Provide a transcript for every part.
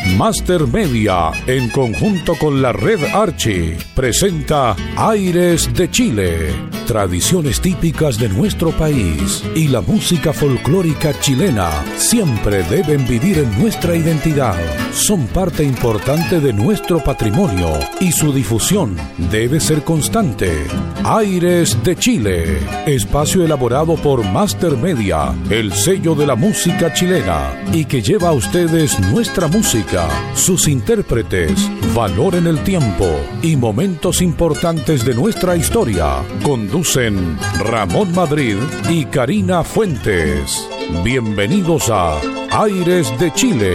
Master Media, en conjunto con la Red Archi, presenta Aires de Chile, tradiciones típicas de nuestro país y la música folclórica chilena siempre deben vivir en nuestra identidad. Son parte importante de nuestro patrimonio y su difusión debe ser constante. Aires de Chile, espacio elaborado por Master Media, el sello de la música chilena, y que lleva a ustedes nuestra música, sus intérpretes, valor en el tiempo y momentos importantes de nuestra historia. Conducen Ramón Madrid y Karina Fuentes. Bienvenidos a Aires de Chile.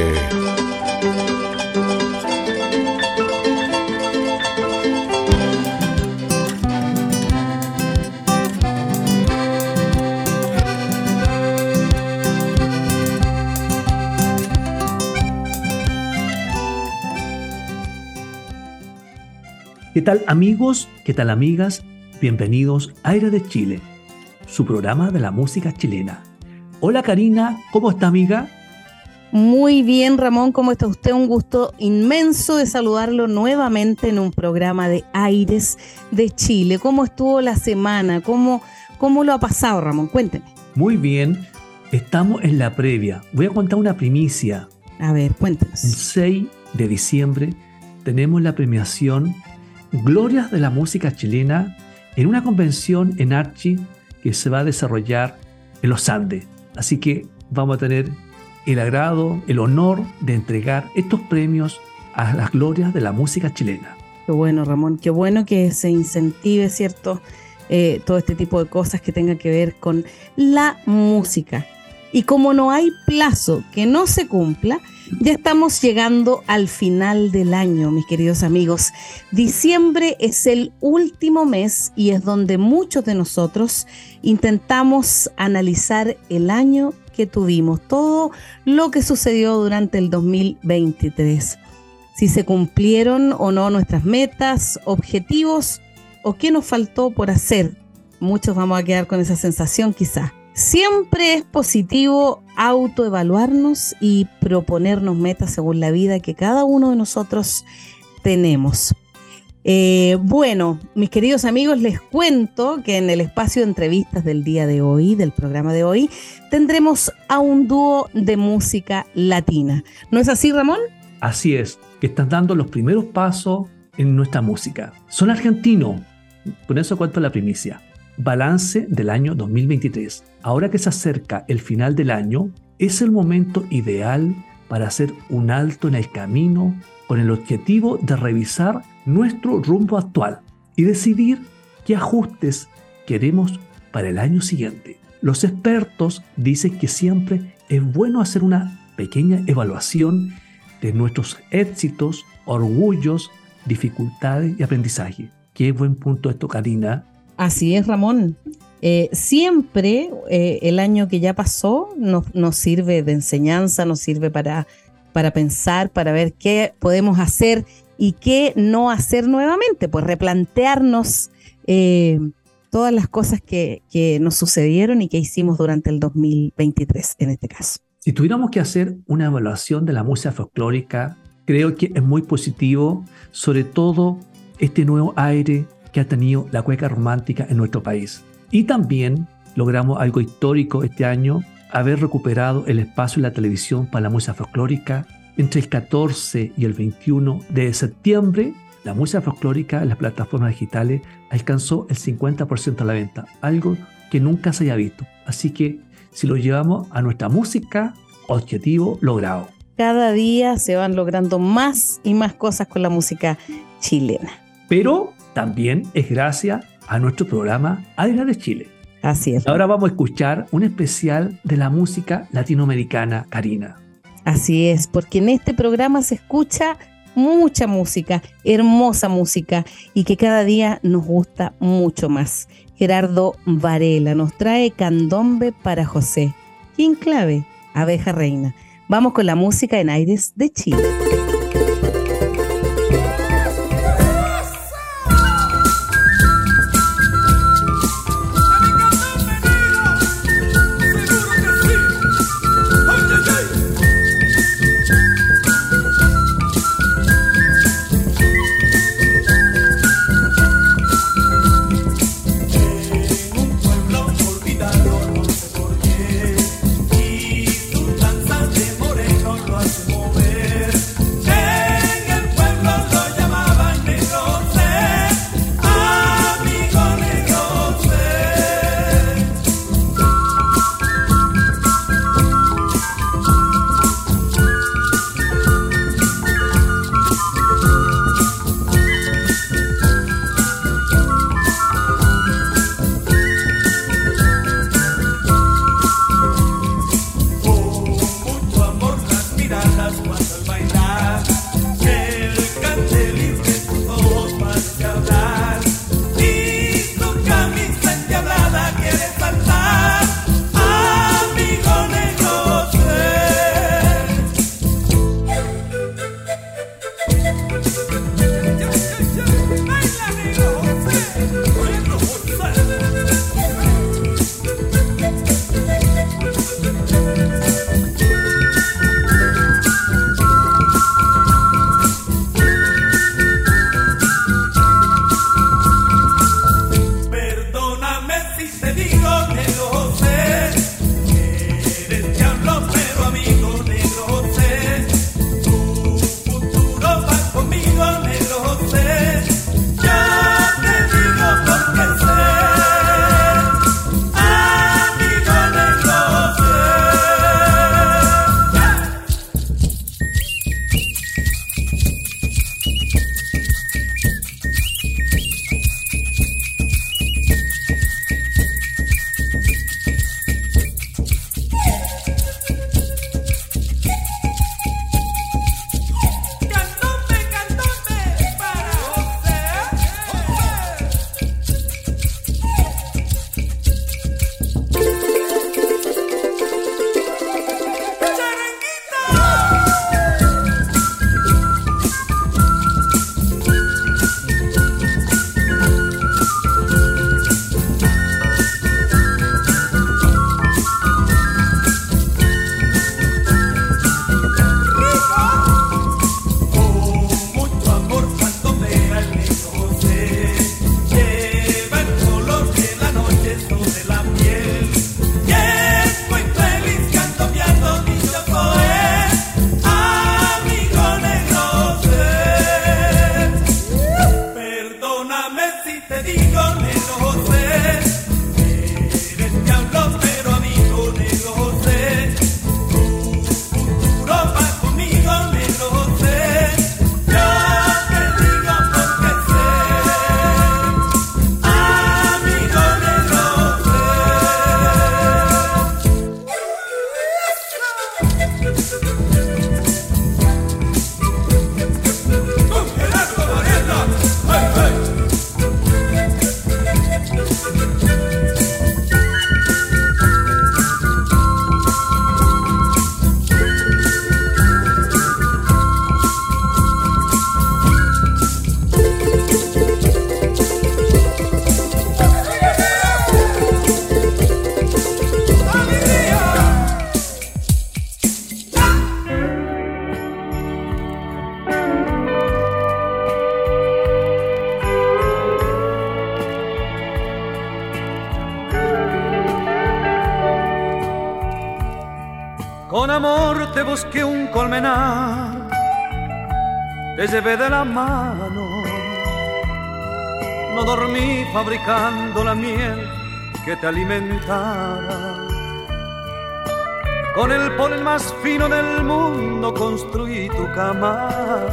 ¿Qué tal amigos? ¿Qué tal amigas? Bienvenidos a Aires de Chile, su programa de la música chilena. Hola Karina, ¿cómo está amiga? Muy bien Ramón, ¿cómo está usted? Un gusto inmenso de saludarlo nuevamente en un programa de Aires de Chile. ¿Cómo estuvo la semana? ¿Cómo lo ha pasado Ramón? Cuénteme. Muy bien, estamos en la previa. Voy a contar una primicia. A ver, cuéntenos. El 6 de diciembre tenemos la premiación Glorias de la Música Chilena en una convención en Archi que se va a desarrollar en los Andes. Así que vamos a tener el agrado, el honor de entregar estos premios a las glorias de la música chilena. Qué bueno Ramón, qué bueno que se incentive, ¿cierto? Todo este tipo de cosas que tengan que ver con la música. Y como no hay plazo que no se cumpla, ya estamos llegando al final del año, mis queridos amigos. Diciembre es el último mes y es donde muchos de nosotros intentamos analizar el año que tuvimos, todo lo que sucedió durante el 2023. Si se cumplieron o no nuestras metas, objetivos o qué nos faltó por hacer. Muchos vamos a quedar con esa sensación quizás. Siempre es positivo autoevaluarnos y proponernos metas según la vida que cada uno de nosotros tenemos. Bueno, mis queridos amigos, les cuento que en el espacio de entrevistas del día de hoy, del programa de hoy, tendremos a un dúo de música latina. ¿No es así, Ramón? Así es, que están dando los primeros pasos en nuestra música. Son argentinos, con eso cuento la primicia. Balance del año 2023. Ahora que se acerca el final del año, es el momento ideal para hacer un alto en el camino con el objetivo de revisar nuestro rumbo actual y decidir qué ajustes queremos para el año siguiente. Los expertos dicen que siempre es bueno hacer una pequeña evaluación de nuestros éxitos, orgullos, dificultades y aprendizaje. Qué buen punto esto, Karina. Así es, Ramón. Siempre el año que ya pasó nos sirve de enseñanza, nos sirve para pensar, para ver qué podemos hacer y qué no hacer nuevamente, pues replantearnos todas las cosas que nos sucedieron y que hicimos durante el 2023 en este caso. Si tuviéramos que hacer una evaluación de la música folclórica, creo que es muy positivo, sobre todo este nuevo aire que ha tenido la cueca romántica en nuestro país. Y también logramos algo histórico este año, haber recuperado el espacio en la televisión para la música folclórica. Entre el 14 y el 21 de septiembre, la música folclórica en las plataformas digitales alcanzó el 50% de la venta, algo que nunca se haya visto. Así que si lo llevamos a nuestra música, objetivo logrado. Cada día se van logrando más y más cosas con la música chilena. Pero también es gracias a nuestro programa Aires de Chile. Así es. Ahora vamos a escuchar un especial de la música latinoamericana, Karina. Así es, porque en este programa se escucha mucha música, hermosa música, y que cada día nos gusta mucho más. Gerardo Varela nos trae Candombe para José. Y en clave, Abeja Reina. Vamos con la música en Aires de Chile. Con amor te busqué un colmenar, te llevé de la mano. No dormí fabricando la miel que te alimentara. Con el polen más fino del mundo construí tu cama.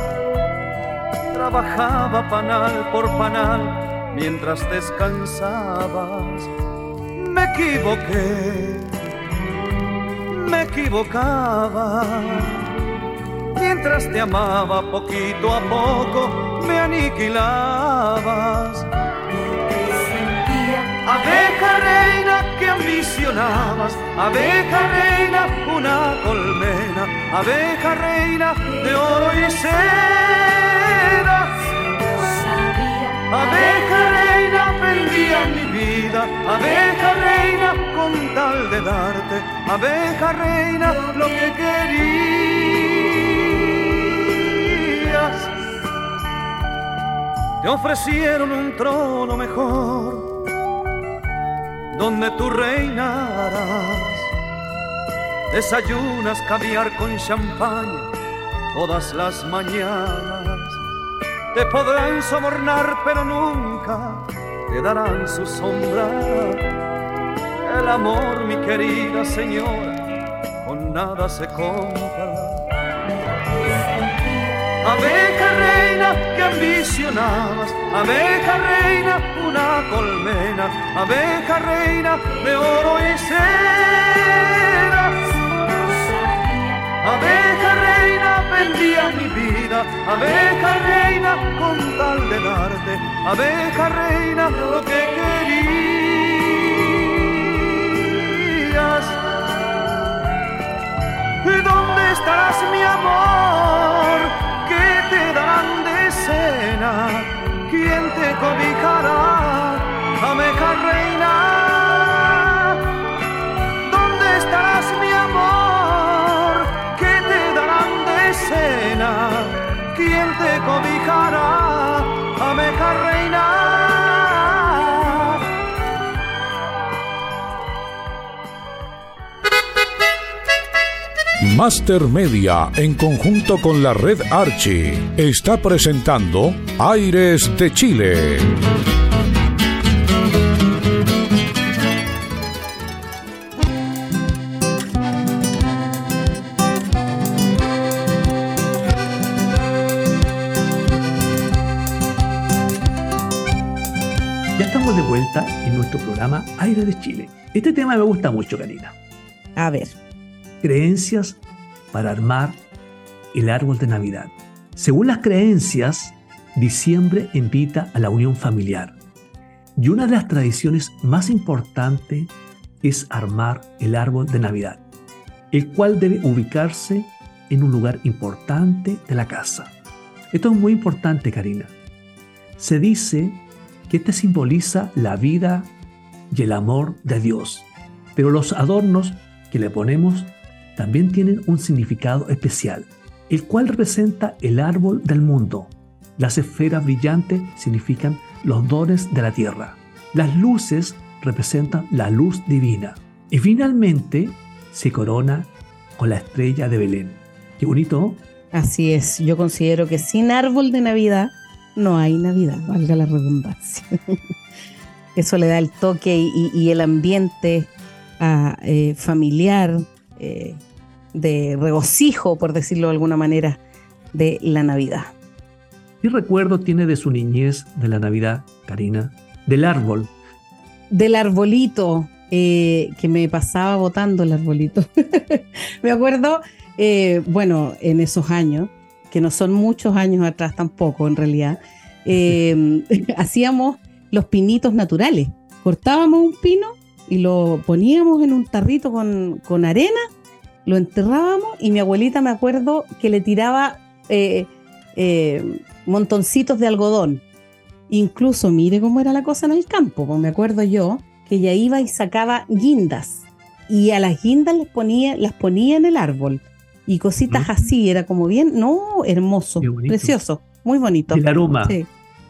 Trabajaba panal por panal mientras descansabas. Me equivoqué, me equivocaba. Mientras te amaba poquito a poco me aniquilabas. Abeja reina que ambicionabas, abeja reina una colmena, abeja reina de oro y seda. Abeja reina vendía mi vida, abeja reina con tal de darte, abeja reina lo que querías. Te ofrecieron un trono mejor donde tú reinarás. Desayunas caviar con champaña todas las mañanas. Te podrán sobornar pero nunca te darán su sombra. El amor, mi querida señora, con nada se compra. Abeja reina que ambicionabas, abeja reina una colmena, abeja reina de oro y seda. Abeja reina vendía mi vida, abeja reina con tal de darte, abeja reina lo que querías. ¿Y dónde estarás, mi amor? ¿Qué te darán de cena? ¿Quién te cobijará, abeja reina? ¿Dónde estarás, mi amor? ¿Qué te darán de cena? ¿Quién te cobijará, abeja reina? Master Media, en conjunto con la Red Archie, está presentando Aires de Chile. Ya estamos de vuelta en nuestro programa Aires de Chile. Este tema me gusta mucho, Karina. A ver. Creencias para armar el árbol de Navidad. Según las creencias, diciembre invita a la unión familiar. Y una de las tradiciones más importantes es armar el árbol de Navidad, el cual debe ubicarse en un lugar importante de la casa. Esto es muy importante, Karina. Se dice que este simboliza la vida y el amor de Dios, pero los adornos que le ponemos también tienen un significado especial, el cual representa el árbol del mundo. Las esferas brillantes significan los dones de la tierra. Las luces representan la luz divina. Y finalmente se corona con la estrella de Belén. Qué bonito. Así es. Yo considero que sin árbol de Navidad no hay Navidad, valga la redundancia. Eso le da el toque y el ambiente familiar, de regocijo, por decirlo de alguna manera, de la Navidad. ¿Qué recuerdo tiene de su niñez de la Navidad, Karina? Del árbol. Del arbolito, que me pasaba botando el arbolito. Me acuerdo Bueno, en esos años, que no son muchos años atrás tampoco, en realidad, hacíamos los pinitos naturales. Cortábamos un pino y lo poníamos en un tarrito con arena, lo enterrábamos y mi abuelita, me acuerdo que le tiraba montoncitos de algodón. Incluso, mire cómo era la cosa en el campo, pues me acuerdo yo que ella iba y sacaba guindas y a las guindas las ponía en el árbol y cositas así, era como bien, no, hermoso, precioso, muy bonito. El aroma. Sí.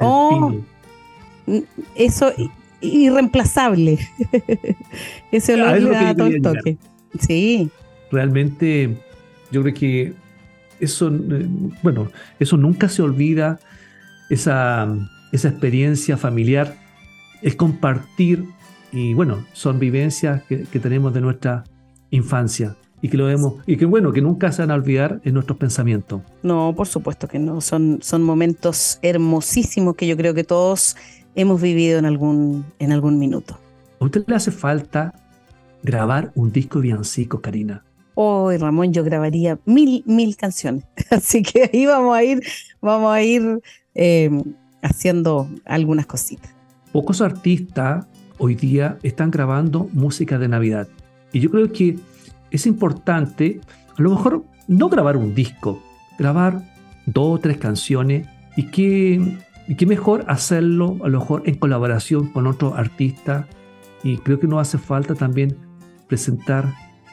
Eso irreemplazable. Ese olor le da todo el toque. Sí. Realmente yo creo que eso, eso nunca se olvida, esa experiencia familiar, es compartir, y bueno, son vivencias que tenemos de nuestra infancia y que lo vemos, y que bueno, que nunca se van a olvidar en nuestros pensamientos. No, por supuesto que no, son momentos hermosísimos que yo creo que todos hemos vivido en algún minuto. ¿A usted le hace falta grabar un disco de villancicos, Karina? Oh, Ramón, yo grabaría mil canciones, así que ahí vamos a ir haciendo algunas cositas. Pocos artistas hoy día están grabando música de Navidad, y yo creo que es importante, a lo mejor no grabar un disco, grabar 2 o 3 canciones, y que mejor hacerlo a lo mejor en colaboración con otros artistas, y creo que nos hace falta también presentar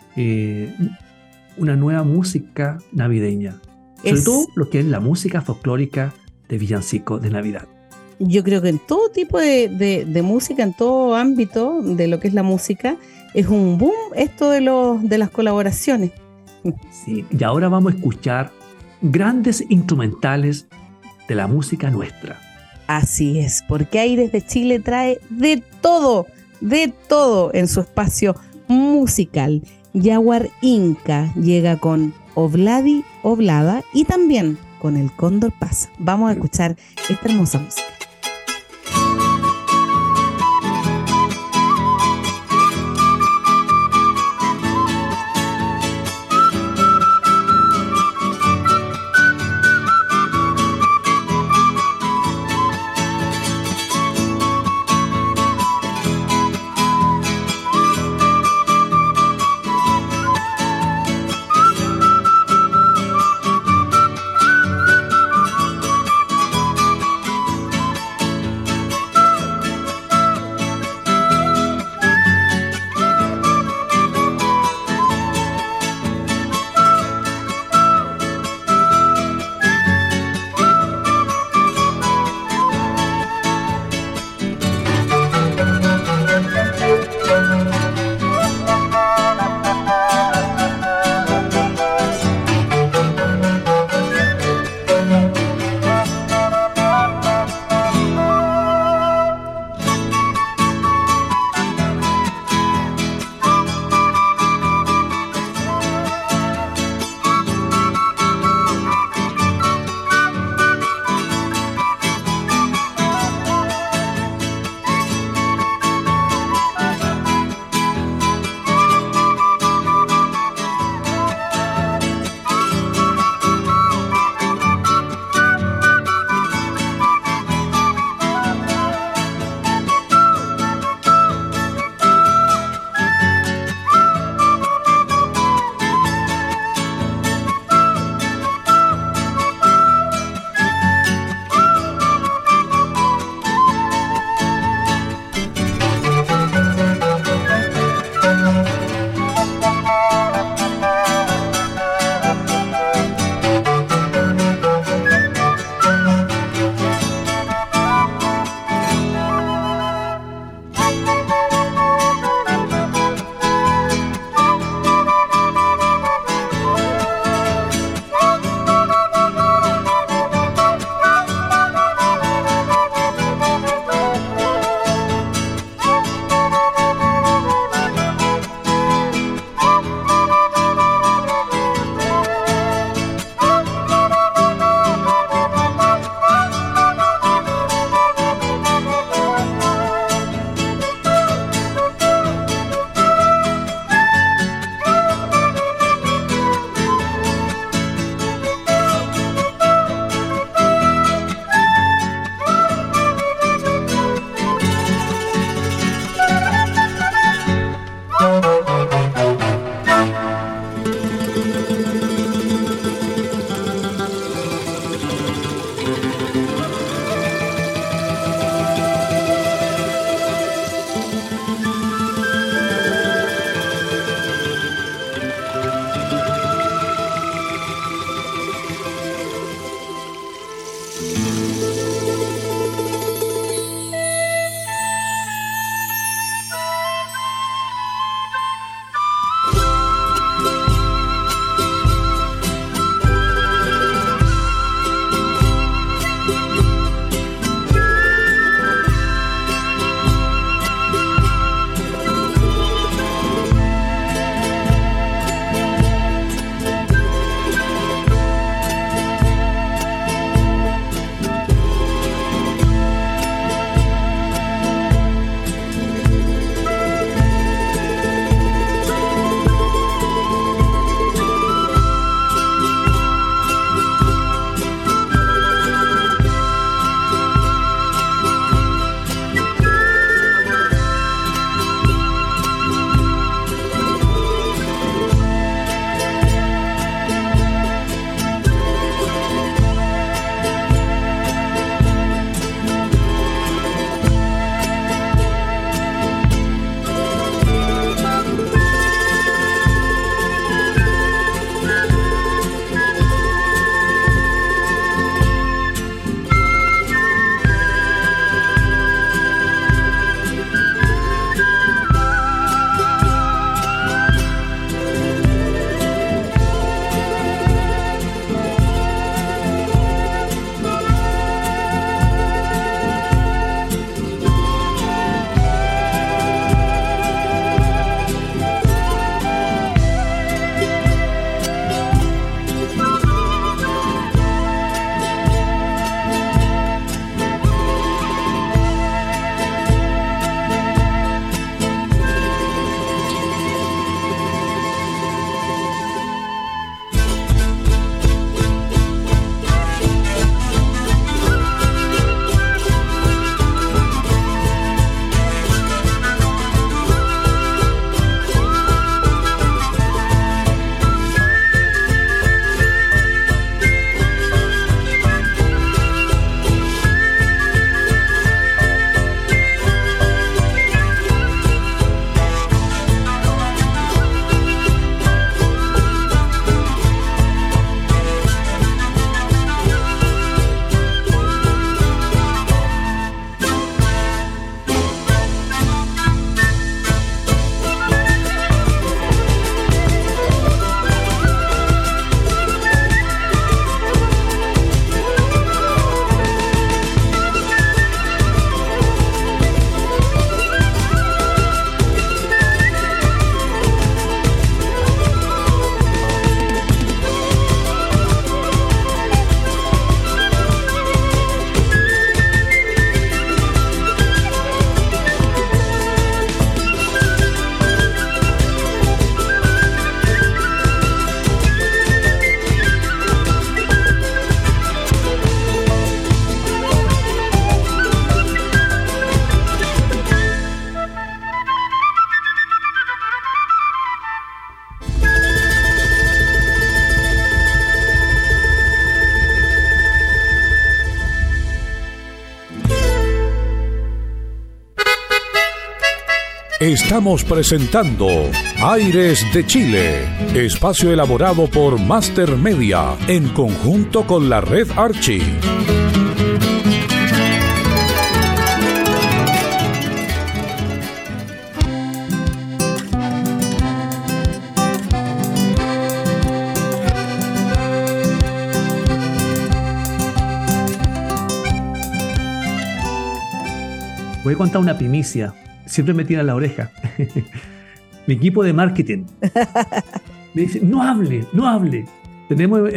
una nueva música navideña, sobre todo lo que es la música folclórica de villancico de Navidad. Yo creo que en todo tipo de música, en todo ámbito de lo que es la música, es un boom esto de las colaboraciones. Sí, y ahora vamos a escuchar grandes instrumentales de la música nuestra. Así es, porque Aires de Chile trae de todo en su espacio musical. Jaguar Inca llega con Obladi Oblada y también con El Cóndor Pasa. Vamos a escuchar esta hermosa música. Estamos presentando Aires de Chile, espacio elaborado por Master Media en conjunto con la Red Archie. Voy a contar una primicia. Siempre me tiran la oreja. Mi equipo de marketing me dice, no hable. Tenemos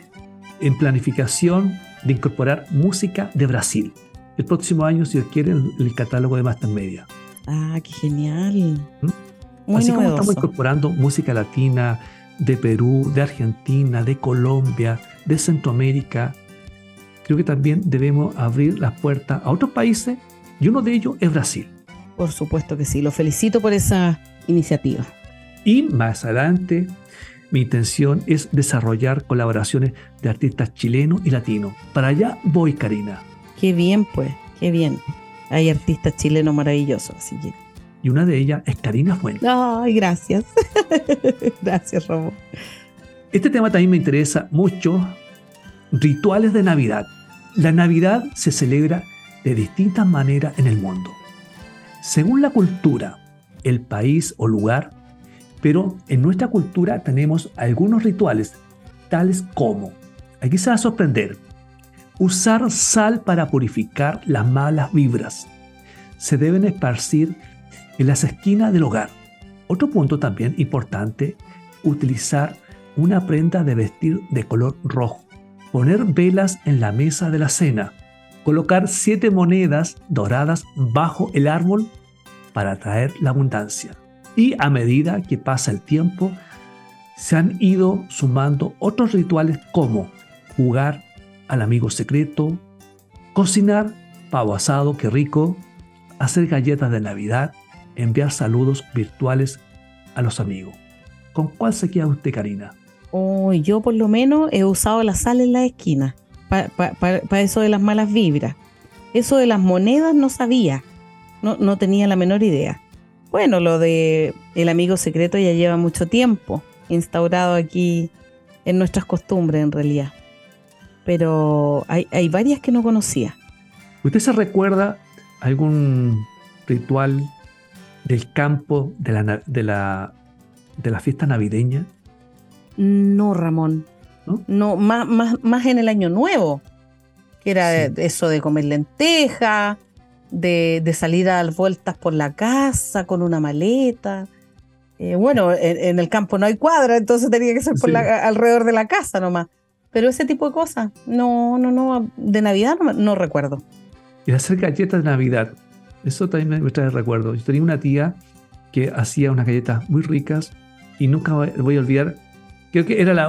en planificación de incorporar música de Brasil. El próximo año, si Dios quiere, el catálogo de Master Media. Ah, qué genial. Muy Así novedoso. como estamos incorporando música latina de Perú, de Argentina, de Colombia, de Centroamérica, creo que también debemos abrir las puertas a otros países y uno de ellos es Brasil. Por supuesto que sí. Lo felicito por esa iniciativa. Y más adelante, mi intención es desarrollar colaboraciones de artistas chilenos y latinos. Para allá voy, Karina. Qué bien, pues. Qué bien. Hay artistas chilenos maravillosos, así que... Y una de ellas es Karina Fuentes. Ay, gracias. Gracias, Ramón. Este tema también me interesa mucho. Rituales de Navidad. La Navidad se celebra de distintas maneras en el mundo, según la cultura, el país o lugar, pero en nuestra cultura tenemos algunos rituales, tales como, aquí se va a sorprender, usar sal para purificar las malas vibras. Se deben esparcir en las esquinas del hogar. Otro punto también importante, utilizar una prenda de vestir de color rojo, poner velas en la mesa de la cena, colocar 7 monedas doradas bajo el árbol para atraer la abundancia. Y a medida que pasa el tiempo, se han ido sumando otros rituales como jugar al amigo secreto, cocinar pavo asado, qué rico, hacer galletas de Navidad, enviar saludos virtuales a los amigos. ¿Con cuál se queda usted, Karina? Oh, yo por lo menos he usado la sal en la esquina. Para eso de las malas vibras. Eso de las monedas no sabía. No tenía la menor idea. Bueno, lo de el amigo secreto ya lleva mucho tiempo instaurado aquí en nuestras costumbres, en realidad. Pero hay varias que no conocía. ¿Usted se recuerda algún ritual del campo de la fiesta navideña? No, Ramón. No, más en el año nuevo, que era Sí. eso de comer lentejas, de salir a dar vueltas por la casa con una maleta. Bueno, en el campo no hay cuadra, entonces tenía que ser Sí. alrededor de la casa nomás. Pero ese tipo de cosas, no, de Navidad no recuerdo. Y hacer galletas de Navidad. Eso también me trae recuerdo. Yo tenía una tía que hacía unas galletas muy ricas y nunca voy a olvidar. Creo que era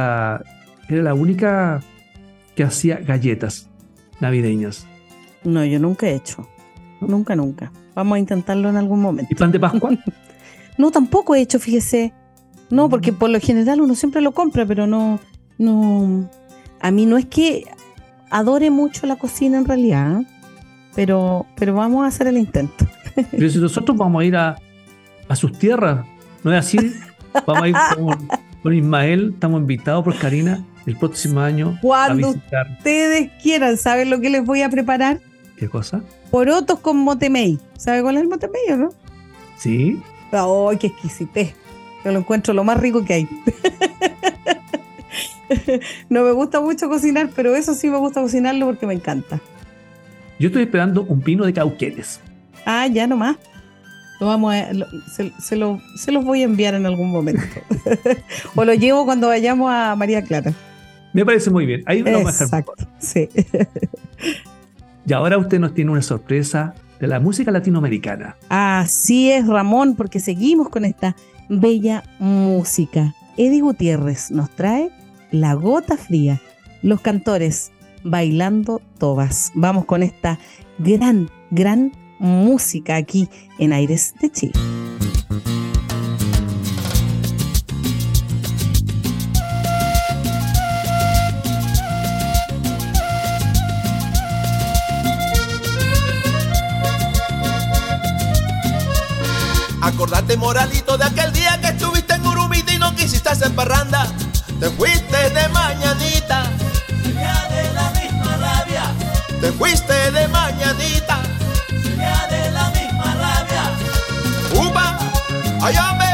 la única que hacía galletas navideñas. No, yo nunca he hecho. Nunca. Vamos a intentarlo en algún momento. ¿Y pan de Pascua? No, tampoco he hecho, fíjese. No, porque por lo general uno siempre lo compra, pero no. A mí no es que adore mucho la cocina en realidad, ¿eh? Pero vamos a hacer el intento. Pero si nosotros vamos a ir a sus tierras, ¿no es así? Vamos a ir con Ismael, estamos invitados por Karina el próximo año Cuando a visitar. ustedes quieran, ¿saben lo que les voy a preparar? ¿Qué cosa? Porotos con motemey. ¿Sabe cuál es el motemey o no? Sí. ¡Ay, qué exquisitez! Yo lo encuentro lo más rico que hay. No me gusta mucho cocinar, pero eso sí me gusta cocinarlo porque me encanta. Yo estoy esperando un pino de Cauquenes. Ah, ya nomás. Se los voy a enviar en algún momento. O lo llevo cuando vayamos a María Clara. Me parece muy bien. Ahí lo vamos a dejar Exacto, mejor. sí. Y ahora usted nos tiene una sorpresa de la música latinoamericana. Así es, Ramón, porque seguimos con esta bella música. Eddie Gutiérrez nos trae La Gota Fría, los cantores Bailando Tobas. Vamos con esta gran música aquí en Aires de Chile. Acordate, Moralito, de aquel día que estuviste en Urumita y no quisiste hacer parranda. Te fuiste de mañanita, sería de la misma rabia. Te fuiste de mañanita, sería de la misma rabia. ¡Upa! ¡Ay, hombre!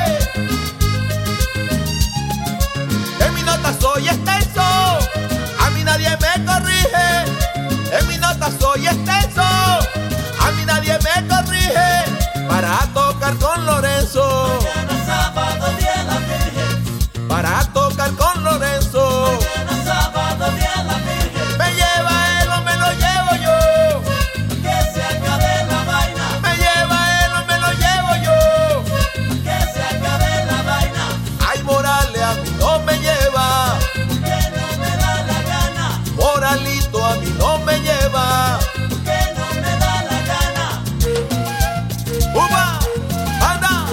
En mi nota soy extenso, a mí nadie me corrige. En mi nota soy extenso, a mí nadie me corrige. Para tocar con Lorenzo, mañana sábado día la Virgen. Para tocar con Lorenzo, mañana sábado día la Virgen. me lleva él o me lo llevo yo. Que se acabe la vaina. Me lleva él o me lo llevo yo. Que se acabe la vaina. Ay, Morales a mí no me lleva. Que no me da la gana. Moralito a mí no me lleva. Que no me da la gana. ¡Upa! ¡Anda!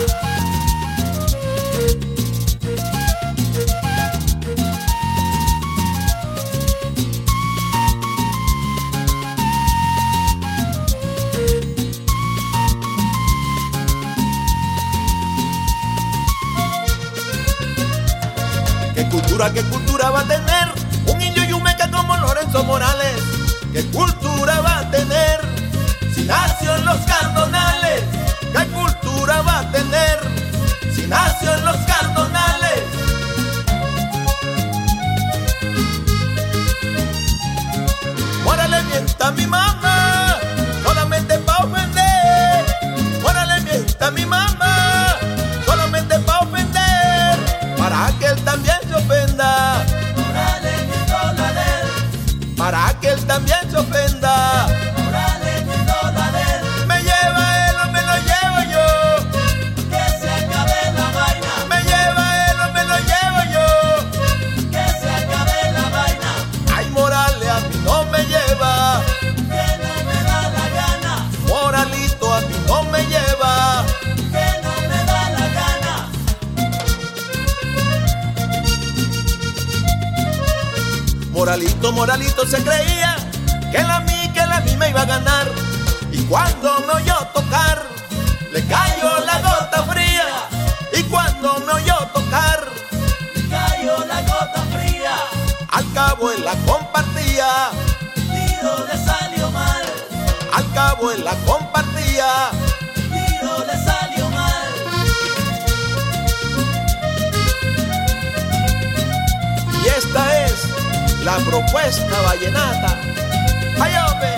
¿Qué cultura va a tener un indio y un meca como Lorenzo Morales? ¿Qué cultura va a tener si nació en los Cardonales? ¿Qué cultura va a tener si nació en los Cardonales? Morales mienta a mi mamá solamente pa' ofender. Morales mienta a mi mamá solamente pa' ofender, para que él también se ofenda. Morales mientó la de él. Para que él también se ofenda. Morales mientó la de él. Me lleva él o me lo llevo yo. Que se acabe la vaina. Me lleva él o me lo llevo yo. Que se acabe la vaina. Ay, Morales a mí no me lleva. Que no me da la gana. Moralito a mí no me lleva. Que no me da la gana. Moralito se creía que la mí me iba a ganar. Y cuando me oyó tocar, le cayó la gota fría. Y cuando me oyó tocar, Cayó la gota fría. al cabo él la compartía. Tiro le salió mal. Al cabo él la compartía. Tiro le salió mal. Y esta es la propuesta vallenata. ¡Ay, hombre!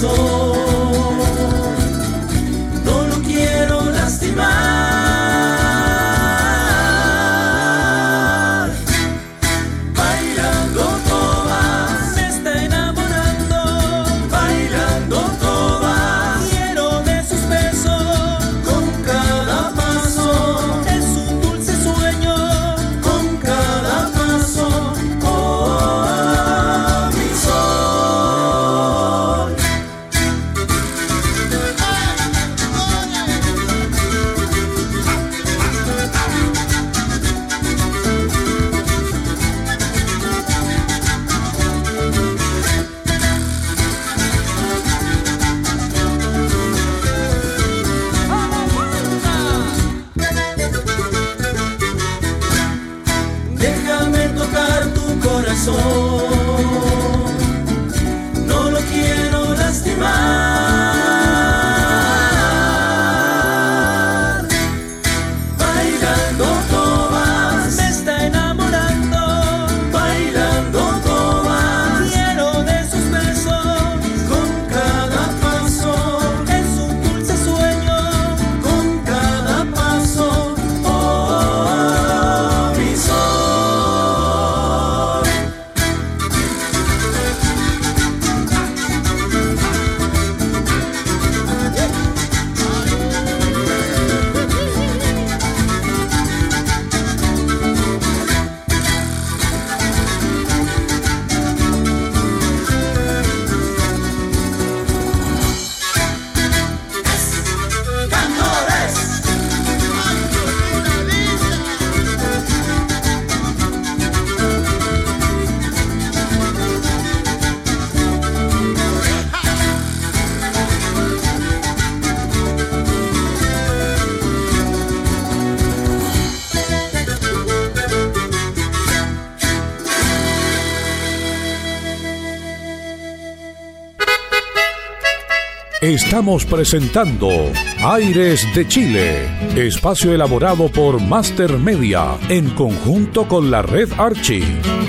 corazón, no lo quiero lastimar. Bailando todas, me está enamorando. Bailando todas, quiero de sus besos. Con cada paso, es un dulce sueño. Con cada paso, oh, mi sol. Déjame tocar tu corazón, no lo quiero lastimar. Bailando todas, me está enamorando. Bailando todas, quiero de sus besos. Con cada paso, es un dulce sueño. Con cada paso, oh, mi sol. Cantores. Estamos presentando Aires de Chile, espacio elaborado por Master Media en conjunto con la Red Archie.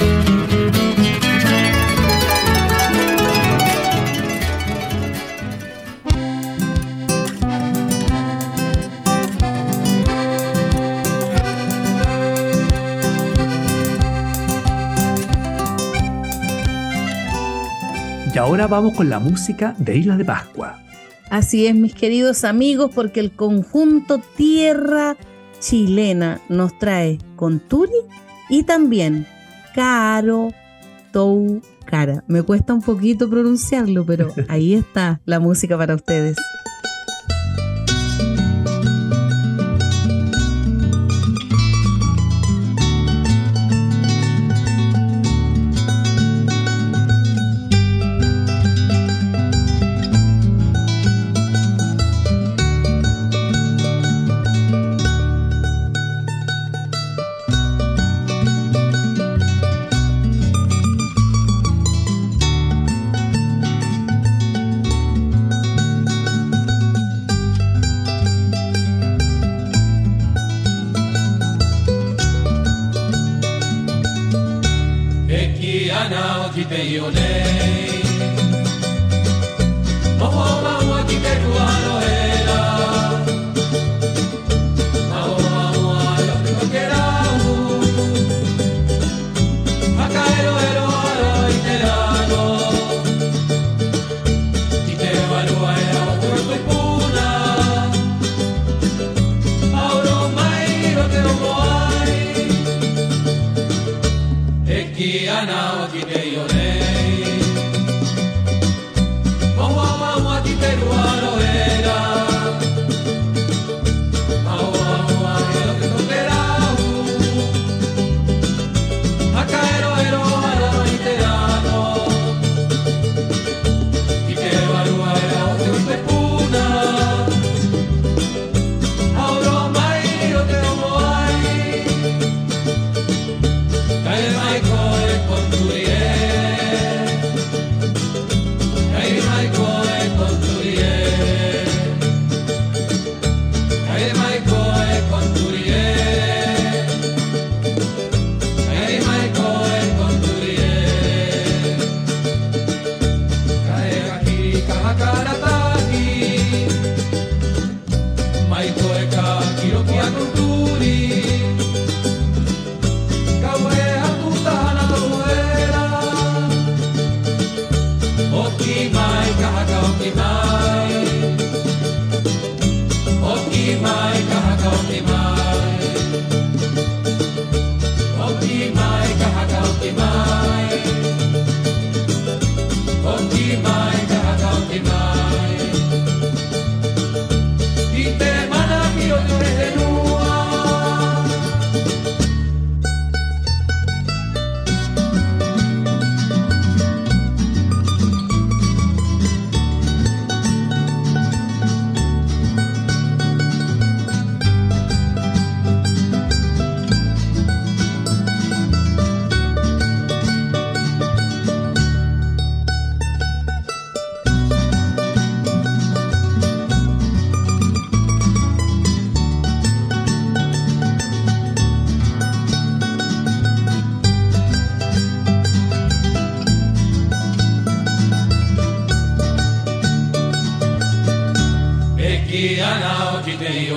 Y ahora vamos con la música de Isla de Pascua. Así es, mis queridos amigos, porque el conjunto Tierra Chilena nos trae Conturi y también Caro Tou Cara. Me cuesta un poquito pronunciarlo, pero ahí está la música para ustedes. Cae Michael con tu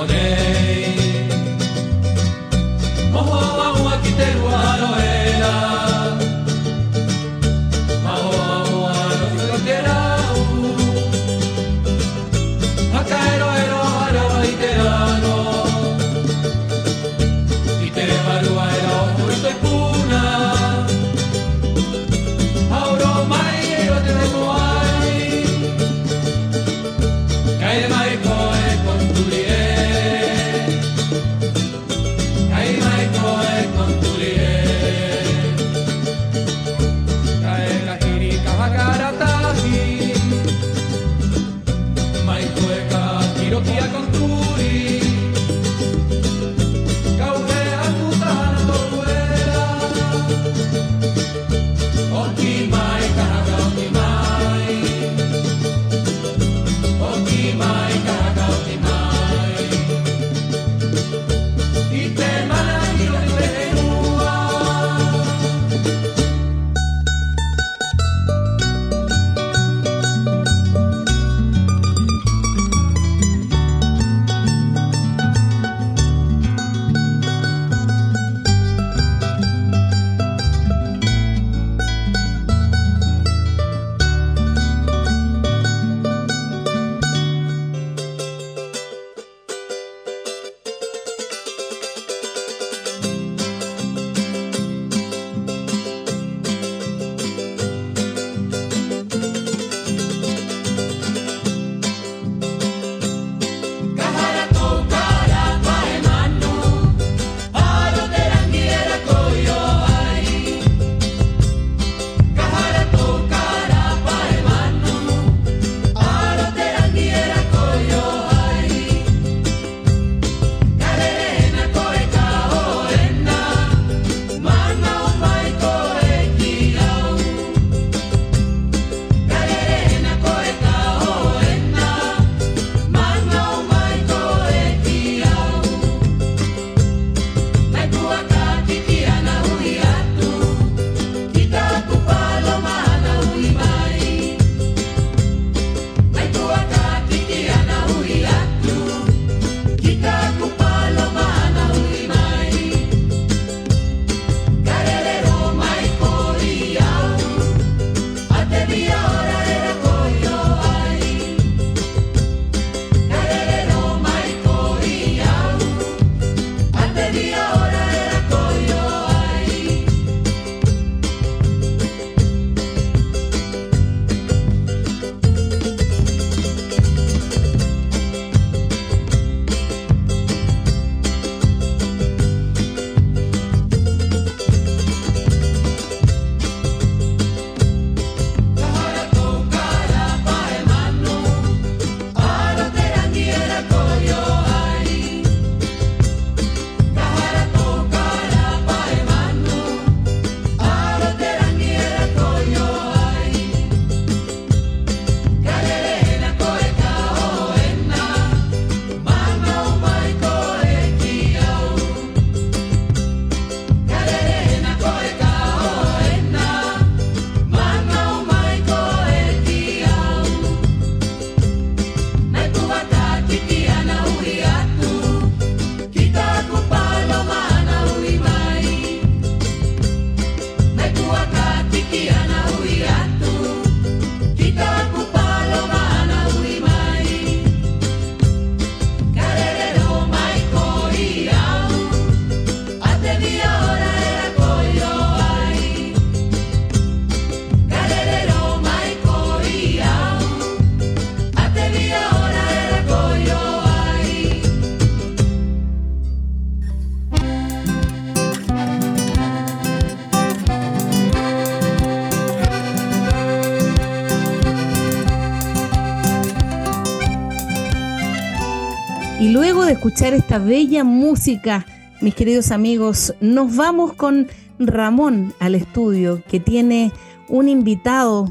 Y luego de escuchar esta bella música, mis queridos amigos, nos vamos con Ramón al estudio, que tiene un invitado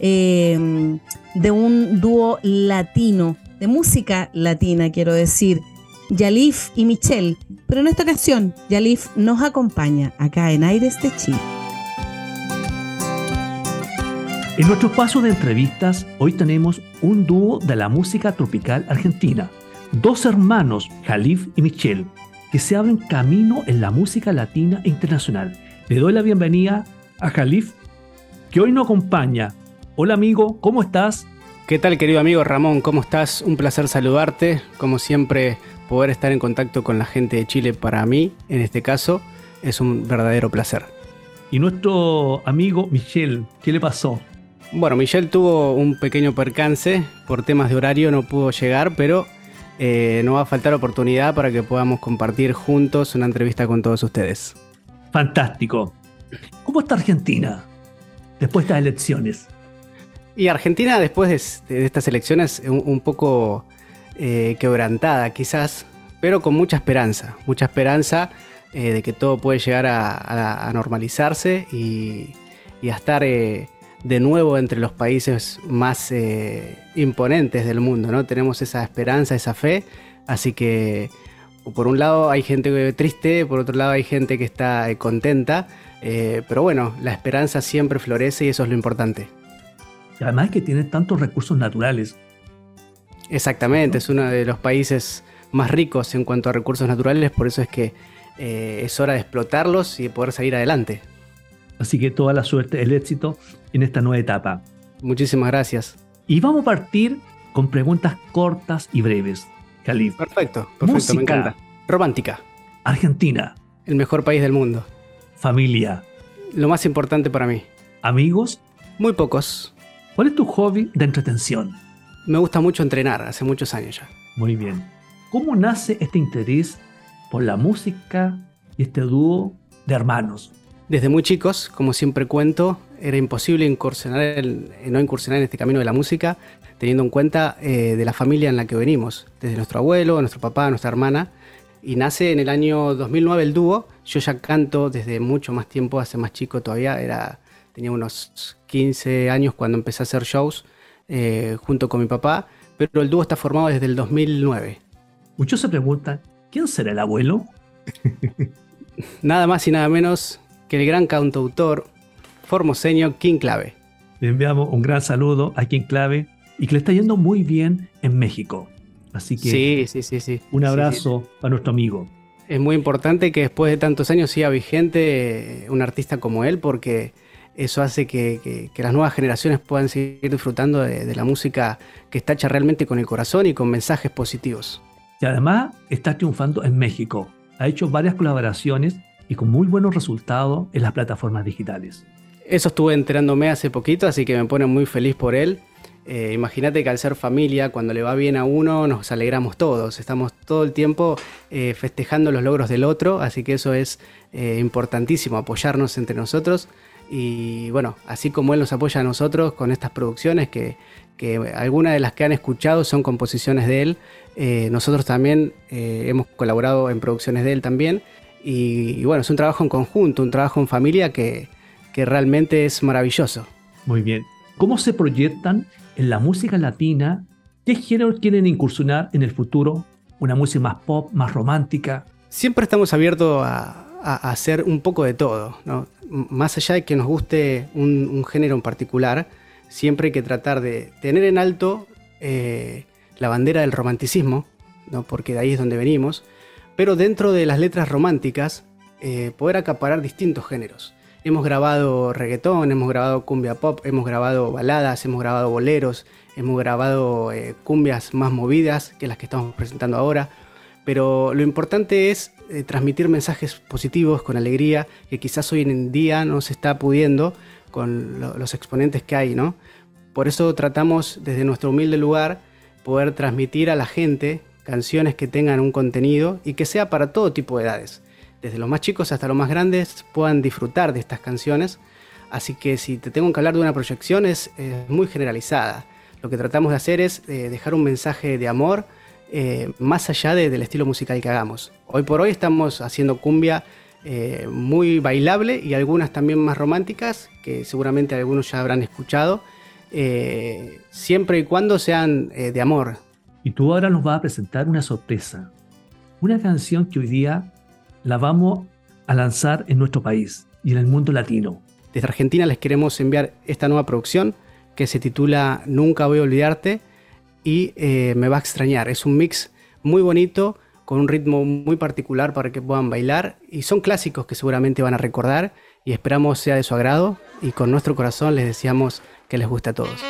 de un dúo latino, de música latina, quiero decir, Yalif y Michelle. Pero en esta ocasión, Yalif nos acompaña acá en Aires de Chile. En nuestro paso de entrevistas, hoy tenemos un dúo de la música tropical argentina. dos hermanos, Khalif y Michelle, que se abren camino en la música latina e internacional. Le doy la bienvenida a Khalif, que hoy nos acompaña. Hola amigo, ¿cómo estás? ¿Qué tal, querido amigo Ramón? ¿Cómo estás? Un placer saludarte. Como siempre, poder estar en contacto con la gente de Chile para mí, en este caso, es un verdadero placer. Y nuestro amigo Michelle, ¿qué le pasó? Bueno, Michelle tuvo un pequeño percance. Por temas de horario no pudo llegar, pero no va a faltar oportunidad para que podamos compartir juntos una entrevista con todos ustedes. Fantástico. ¿Cómo está Argentina después de estas elecciones? Y Argentina, después de estas elecciones, un poco quebrantada quizás, pero con mucha esperanza de que todo puede llegar a normalizarse y a estar de nuevo entre los países más imponentes del mundo, ¿no? Tenemos esa esperanza, esa fe, así que por un lado hay gente triste, por otro lado hay gente que está contenta, pero bueno, la esperanza siempre florece y eso es lo importante. Y además que tiene tantos recursos naturales. Exactamente, es uno de los países más ricos en cuanto a recursos naturales, por eso es que es hora de explotarlos y de poder salir adelante. Así que toda la suerte, el éxito en esta nueva etapa. Muchísimas gracias. Y vamos a partir con preguntas cortas y breves. Khalif. Perfecto, Música. Me encanta. Romántica. Argentina. El mejor país del mundo. Familia. Lo más importante para mí. Amigos. Muy pocos. ¿Cuál es tu hobby de entretención? Me gusta mucho entrenar, hace muchos años ya. Muy bien. ¿Cómo nace este interés por la música y este dúo de hermanos? Desde muy chicos, como siempre cuento, era imposible no incursionar en este camino de la música, teniendo en cuenta de la familia en la que venimos, desde nuestro abuelo, nuestro papá, nuestra hermana, y nace en el año 2009 el dúo. Yo ya canto desde mucho más tiempo, hace más chico todavía, tenía unos 15 años cuando empecé a hacer shows junto con mi papá, pero el dúo está formado desde el 2009. Muchos se preguntan, ¿quién será el abuelo? Nada más y nada menos que el gran cantautor formoseño King Clave. Le enviamos un gran saludo a King Clave y que le está yendo muy bien en México. Así que sí. Un abrazo para nuestro amigo. Es muy importante que después de tantos años siga vigente un artista como él, porque eso hace que las nuevas generaciones puedan seguir disfrutando de la música que está hecha realmente con el corazón y con mensajes positivos. Y además está triunfando en México. Ha hecho varias colaboraciones y con muy buenos resultados en las plataformas digitales. Eso estuve enterándome hace poquito, así que me pone muy feliz por él. Imagínate que al ser familia, cuando le va bien a uno, nos alegramos todos. Estamos todo el tiempo festejando los logros del otro, así que eso es importantísimo, apoyarnos entre nosotros. Y bueno, así como él nos apoya a nosotros con estas producciones, que algunas de las que han escuchado son composiciones de él, nosotros también hemos colaborado en producciones de él también. Y bueno, es un trabajo en conjunto, un trabajo en familia que realmente es maravilloso. Muy bien. ¿Cómo se proyectan en la música latina? ¿Qué géneros quieren incursionar en el futuro? ¿Una música más pop, más romántica? Siempre estamos abiertos a hacer un poco de todo, ¿no? Más allá de que nos guste un género en particular, siempre hay que tratar de tener en alto la bandera del romanticismo, ¿no? Porque de ahí es donde venimos, pero dentro de las letras románticas poder acaparar distintos géneros. Hemos grabado reggaetón, hemos grabado cumbia pop, hemos grabado baladas, hemos grabado boleros, hemos grabado cumbias más movidas que las que estamos presentando ahora. Pero lo importante es transmitir mensajes positivos, con alegría, que quizás hoy en día no se está pudiendo con los exponentes que hay, ¿no? Por eso tratamos desde nuestro humilde lugar poder transmitir a la gente canciones que tengan un contenido y que sea para todo tipo de edades. Desde los más chicos hasta los más grandes puedan disfrutar de estas canciones. Así que si te tengo que hablar de una proyección es muy generalizada. Lo que tratamos de hacer es dejar un mensaje de amor más allá del estilo musical que hagamos. Hoy por hoy estamos haciendo cumbia muy bailable y algunas también más románticas, que seguramente algunos ya habrán escuchado, siempre y cuando sean de amor. Y tú ahora nos vas a presentar una sorpresa. Una canción que hoy día la vamos a lanzar en nuestro país y en el mundo latino. Desde Argentina les queremos enviar esta nueva producción que se titula Nunca voy a olvidarte y Me va a extrañar. Es un mix muy bonito, con un ritmo muy particular para que puedan bailar, y son clásicos que seguramente van a recordar y esperamos sea de su agrado, y con nuestro corazón les deseamos que les guste a todos.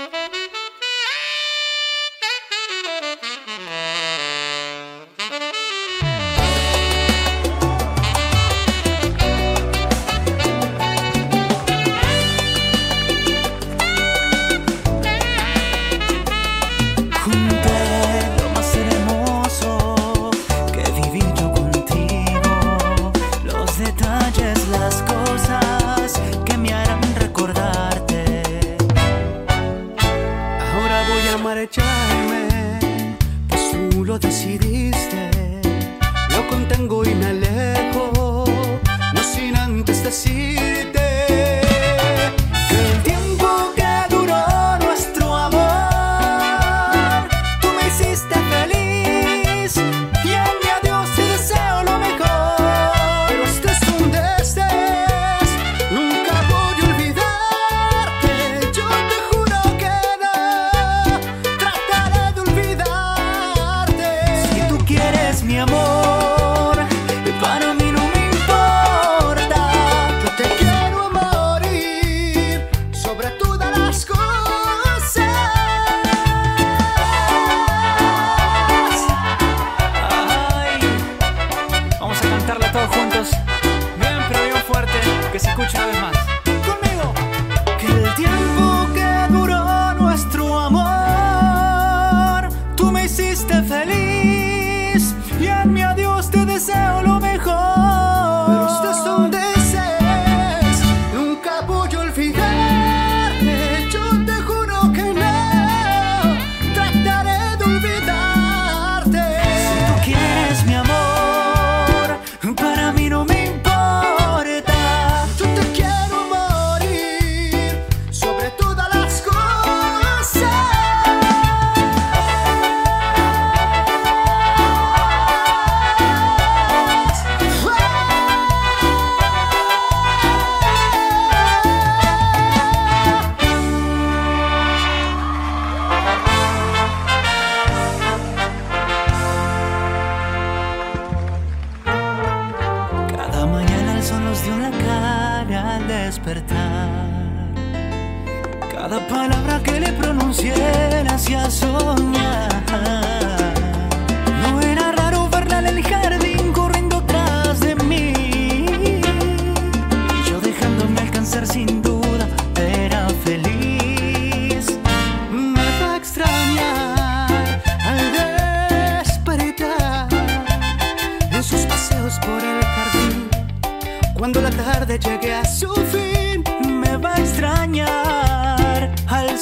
Cuando la tarde llegue a su fin, me va a extrañar al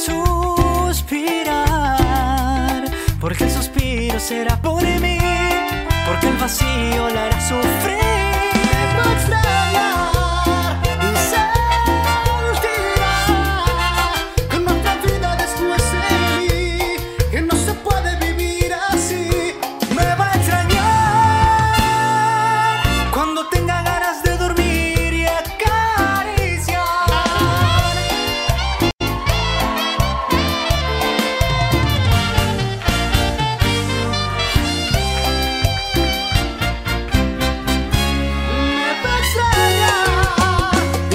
suspirar, porque el suspiro será por mí, porque el vacío la hará sufrir. Me va a extrañar y sentirá que nuestra vida después de mí, que no se puede vivir así. Me va a extrañar cuando tenga ganas de dormir y acariciar. Me va a extrañar y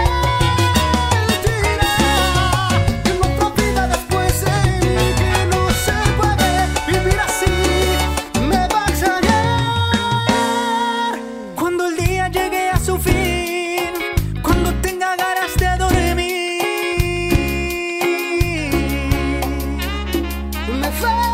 sentirá que nuestra vida después de mí, que no se puede vivir así. Me va a extrañar cuando el día llegue a su fin, cuando tenga ganas de dormir. Me va a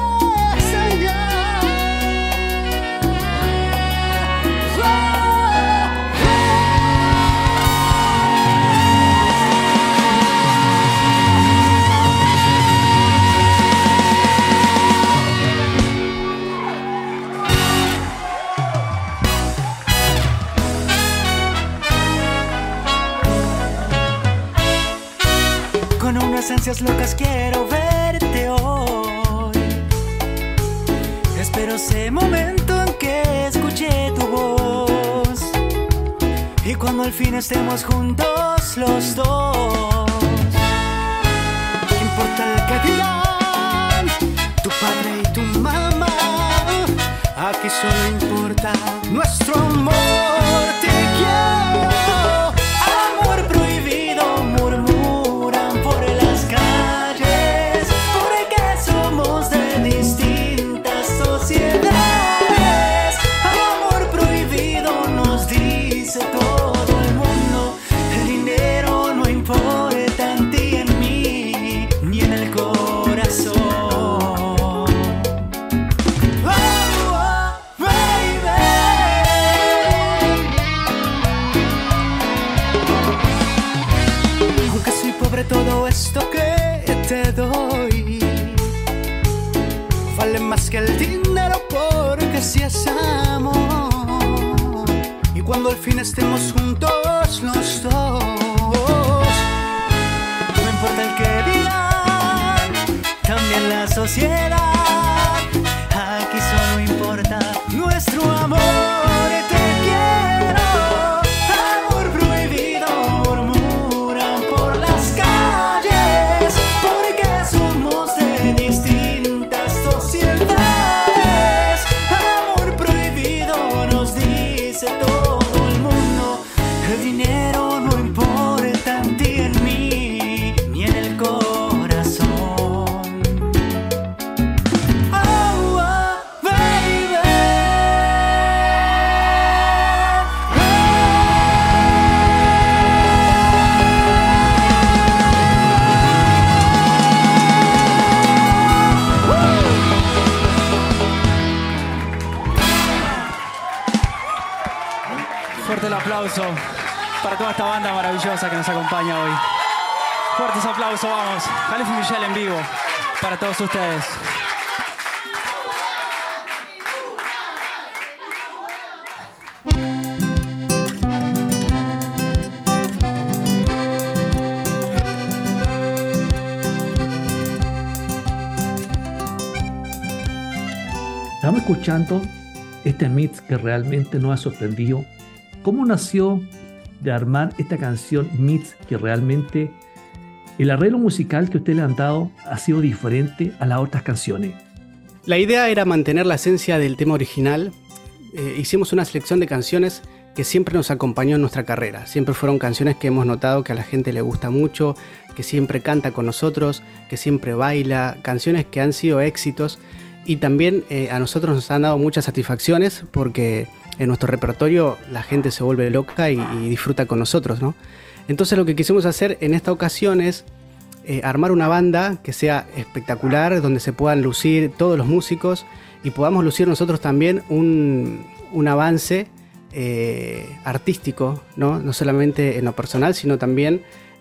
con unas ansias locas quiero verte hoy. Espero ese momento en que escuché tu voz, y cuando al fin estemos juntos los dos. ¿Qué importa el que dirán tu padre y tu mamá? solo importa nuestro amor. Te quiero, amor prohibido, murmuran por las calles, porque somos de distintas sociedades. Amor prohibido nos dice todo el mundo, el dinero no importa en ti, en mí, ni en el corazón. Todo esto que te doy vale más que el dinero, porque si es amor. Y cuando al fin estemos juntos los dos, no importa el que dirán, también la sociedad. Aquí solo importa nuestro amor. Para toda esta banda maravillosa que nos acompaña hoy. Fuertes aplausos, vamos. Aleph y Michelle en vivo para todos ustedes. Estamos escuchando este mix que realmente nos ha sorprendido. ¿Cómo nació de armar esta canción Mix, que realmente el arreglo musical que ustedes le han dado ha sido diferente a las otras canciones? La idea era mantener la esencia del tema original. Hicimos una selección de canciones que siempre nos acompañó en nuestra carrera. Siempre fueron canciones que hemos notado que a la gente le gusta mucho, que siempre canta con nosotros, que siempre baila, canciones que han sido éxitos. Y también a nosotros nos han dado muchas satisfacciones porque en nuestro repertorio la gente se vuelve loca y disfruta con nosotros, ¿no? Entonces lo que quisimos hacer en esta ocasión es armar una banda que sea espectacular, donde se puedan lucir todos los músicos y podamos lucir nosotros también un avance artístico, ¿no? No solamente en lo personal, sino también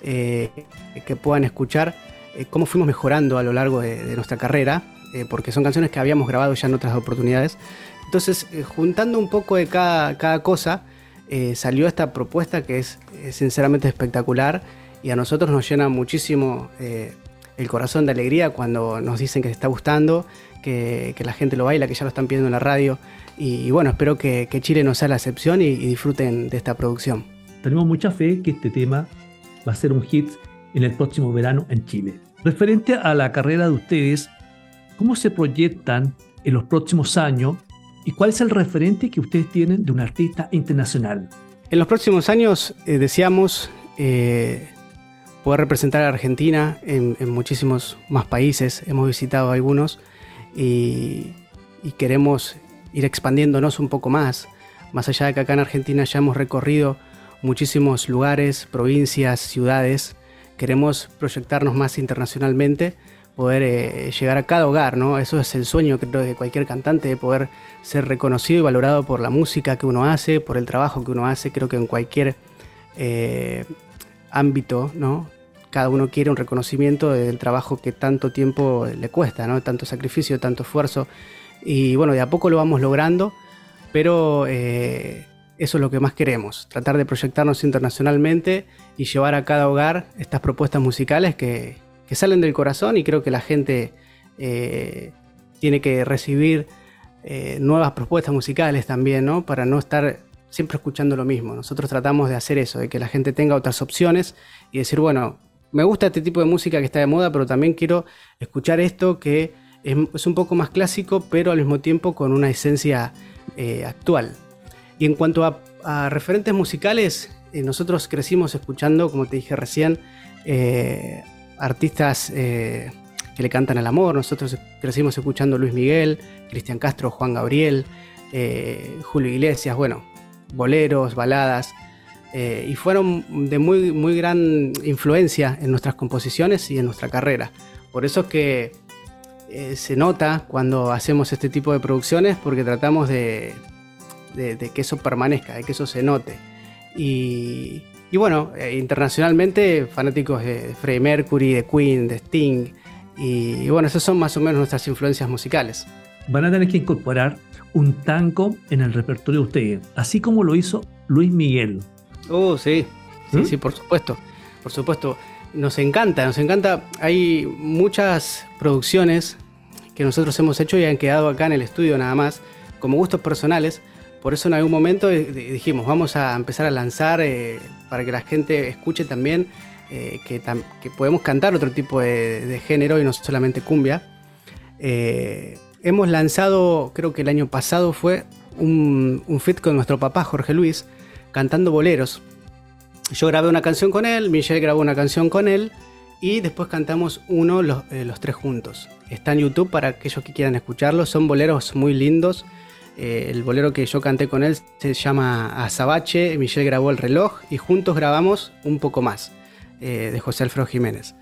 que puedan escuchar cómo fuimos mejorando a lo largo de nuestra carrera, porque son canciones que habíamos grabado ya en otras oportunidades. Entonces, juntando un poco de cada cosa, salió esta propuesta que es sinceramente espectacular y a nosotros nos llena muchísimo el corazón de alegría cuando nos dicen que les está gustando, que la gente lo baila, que ya lo están pidiendo en la radio. Y bueno, espero que Chile no sea la excepción y disfruten de esta producción. Tenemos mucha fe que este tema va a ser un hit en el próximo verano en Chile. Referente a la carrera de ustedes, ¿cómo se proyectan en los próximos años y cuál es el referente que ustedes tienen de un artista internacional? En los próximos años deseamos poder representar a Argentina en muchísimos más países. Hemos visitado algunos y queremos ir expandiéndonos un poco más allá de que acá en Argentina ya hemos recorrido muchísimos lugares, provincias, ciudades. Queremos proyectarnos más internacionalmente, poder llegar a cada hogar, ¿no? Eso es el sueño, creo, de cualquier cantante, de poder ser reconocido y valorado por la música que uno hace, por el trabajo que uno hace. Creo que en cualquier ámbito, ¿no? Cada uno quiere un reconocimiento del trabajo que tanto tiempo le cuesta, ¿no? Tanto sacrificio, tanto esfuerzo. Y bueno, de a poco lo vamos logrando, pero eso es lo que más queremos, tratar de proyectarnos internacionalmente y llevar a cada hogar estas propuestas musicales que salen del corazón, y creo que la gente tiene que recibir nuevas propuestas musicales también, ¿no? Para no estar siempre escuchando lo mismo. Nosotros tratamos de hacer eso, de que la gente tenga otras opciones y decir, bueno, me gusta este tipo de música que está de moda, pero también quiero escuchar esto que es un poco más clásico, pero al mismo tiempo con una esencia actual. Y en cuanto a referentes musicales, nosotros crecimos escuchando, como te dije recién, artistas que le cantan al amor. Nosotros crecimos escuchando Luis Miguel, Cristian Castro, Juan Gabriel, Julio Iglesias, bueno, boleros, baladas, y fueron de muy, muy gran influencia en nuestras composiciones y en nuestra carrera. Por eso es que se nota cuando hacemos este tipo de producciones, porque tratamos de que eso permanezca, de que eso se note. Y bueno, internacionalmente fanáticos de Freddie Mercury, de Queen, de Sting, y bueno, esas son más o menos nuestras influencias musicales. Van a tener que incorporar un tango en el repertorio de ustedes, así como lo hizo Luis Miguel. Sí, sí, por supuesto, por supuesto. Nos encanta. Hay muchas producciones que nosotros hemos hecho y han quedado acá en el estudio nada más, como gustos personales. Por eso en algún momento dijimos, vamos a empezar a lanzar para que la gente escuche también que podemos cantar otro tipo de género y no solamente cumbia. Hemos lanzado, creo que el año pasado fue un feat con nuestro papá Jorge Luis, cantando boleros. Yo grabé una canción con él, Michelle grabó una canción con él y después cantamos los tres juntos. Está en YouTube para aquellos que quieran escucharlo. Son boleros muy lindos. El bolero que yo canté con él se llama Azabache, Michelle grabó El Reloj y juntos grabamos Un Poco Más, de José Alfredo Jiménez.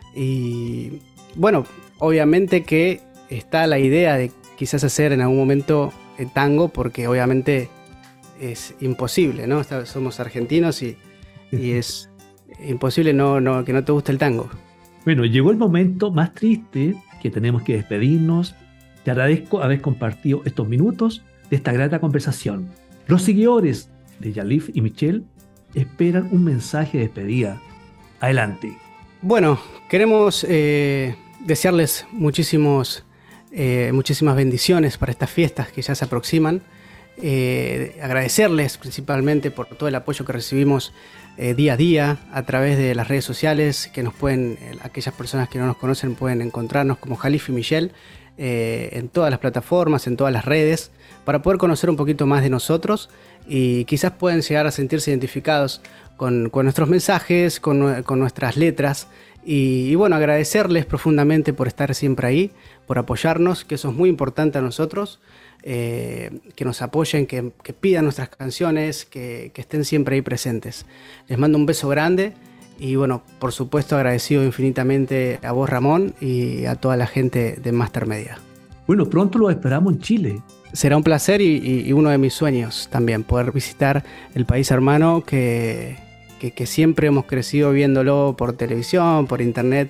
Y bueno, obviamente que está la idea de quizás hacer en algún momento el tango, porque obviamente es imposible, ¿no? Somos argentinos y es imposible que no te guste el tango. Bueno, llegó el momento más triste, que tenemos que despedirnos. Te agradezco haber compartido estos minutos de esta grata conversación. Los seguidores de Yalif y Michelle esperan un mensaje de despedida. Adelante. Bueno, queremos desearles muchísimas bendiciones para estas fiestas que ya se aproximan. Agradecerles principalmente por todo el apoyo que recibimos día a día a través de las redes sociales, que aquellas personas que no nos conocen pueden encontrarnos como Jalif y Michelle en todas las plataformas, en todas las redes, para poder conocer un poquito más de nosotros y quizás pueden llegar a sentirse identificados con nuestros mensajes, con nuestras letras. Y bueno, agradecerles profundamente por estar siempre ahí, por apoyarnos, que eso es muy importante a nosotros, que nos apoyen, que pidan nuestras canciones, que estén siempre ahí presentes. Les mando un beso grande y bueno, por supuesto agradecido infinitamente a vos, Ramón, y a toda la gente de Master Media. Bueno, pronto lo esperamos en Chile. Será un placer y uno de mis sueños también, poder visitar el país hermano que siempre hemos crecido viéndolo por televisión, por internet,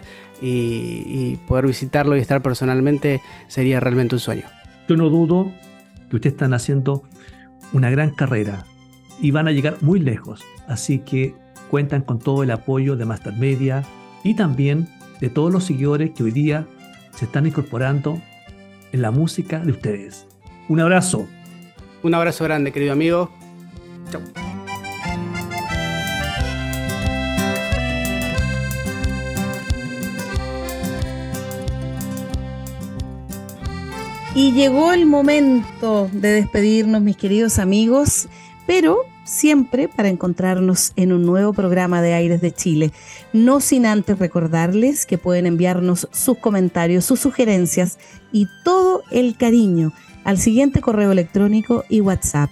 y poder visitarlo y estar personalmente sería realmente un sueño. Yo no dudo que ustedes están haciendo una gran carrera y van a llegar muy lejos, así que cuentan con todo el apoyo de Master Media y también de todos los seguidores que hoy día se están incorporando en la música de ustedes. Un abrazo. Un abrazo grande, querido amigo. Chau. Y llegó el momento de despedirnos, mis queridos amigos, pero siempre para encontrarnos en un nuevo programa de Aires de Chile. No sin antes recordarles que pueden enviarnos sus comentarios, sus sugerencias y todo el cariño al siguiente correo electrónico y WhatsApp,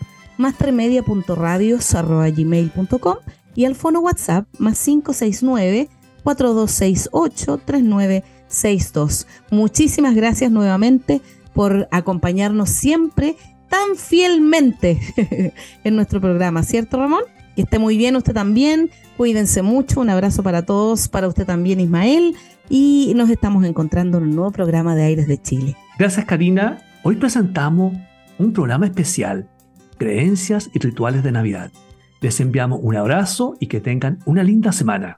mastermedia.radios@gmail.com, y al fono WhatsApp +569 4268 3962. Muchísimas gracias nuevamente por acompañarnos siempre tan fielmente en nuestro programa, ¿cierto, Ramón? Que esté muy bien usted también, cuídense mucho, un abrazo para todos, para usted también, Ismael, y nos estamos encontrando en un nuevo programa de Aires de Chile. Gracias, Karina. Hoy presentamos un programa especial, Creencias y Rituales de Navidad. Les enviamos un abrazo y que tengan una linda semana.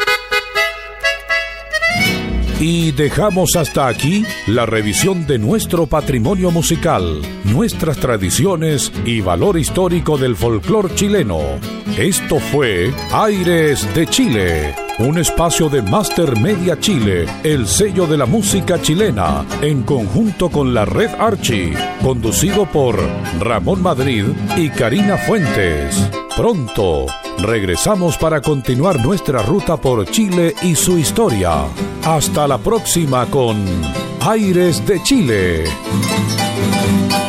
Y dejamos hasta aquí la revisión de nuestro patrimonio musical, nuestras tradiciones y valor histórico del folclore chileno. Esto fue Aires de Chile, un espacio de Master Media Chile, el sello de la música chilena, en conjunto con la Red Archie, conducido por Ramón Madrid y Karina Fuentes. Pronto regresamos para continuar nuestra ruta por Chile y su historia. Hasta la próxima con Aires de Chile.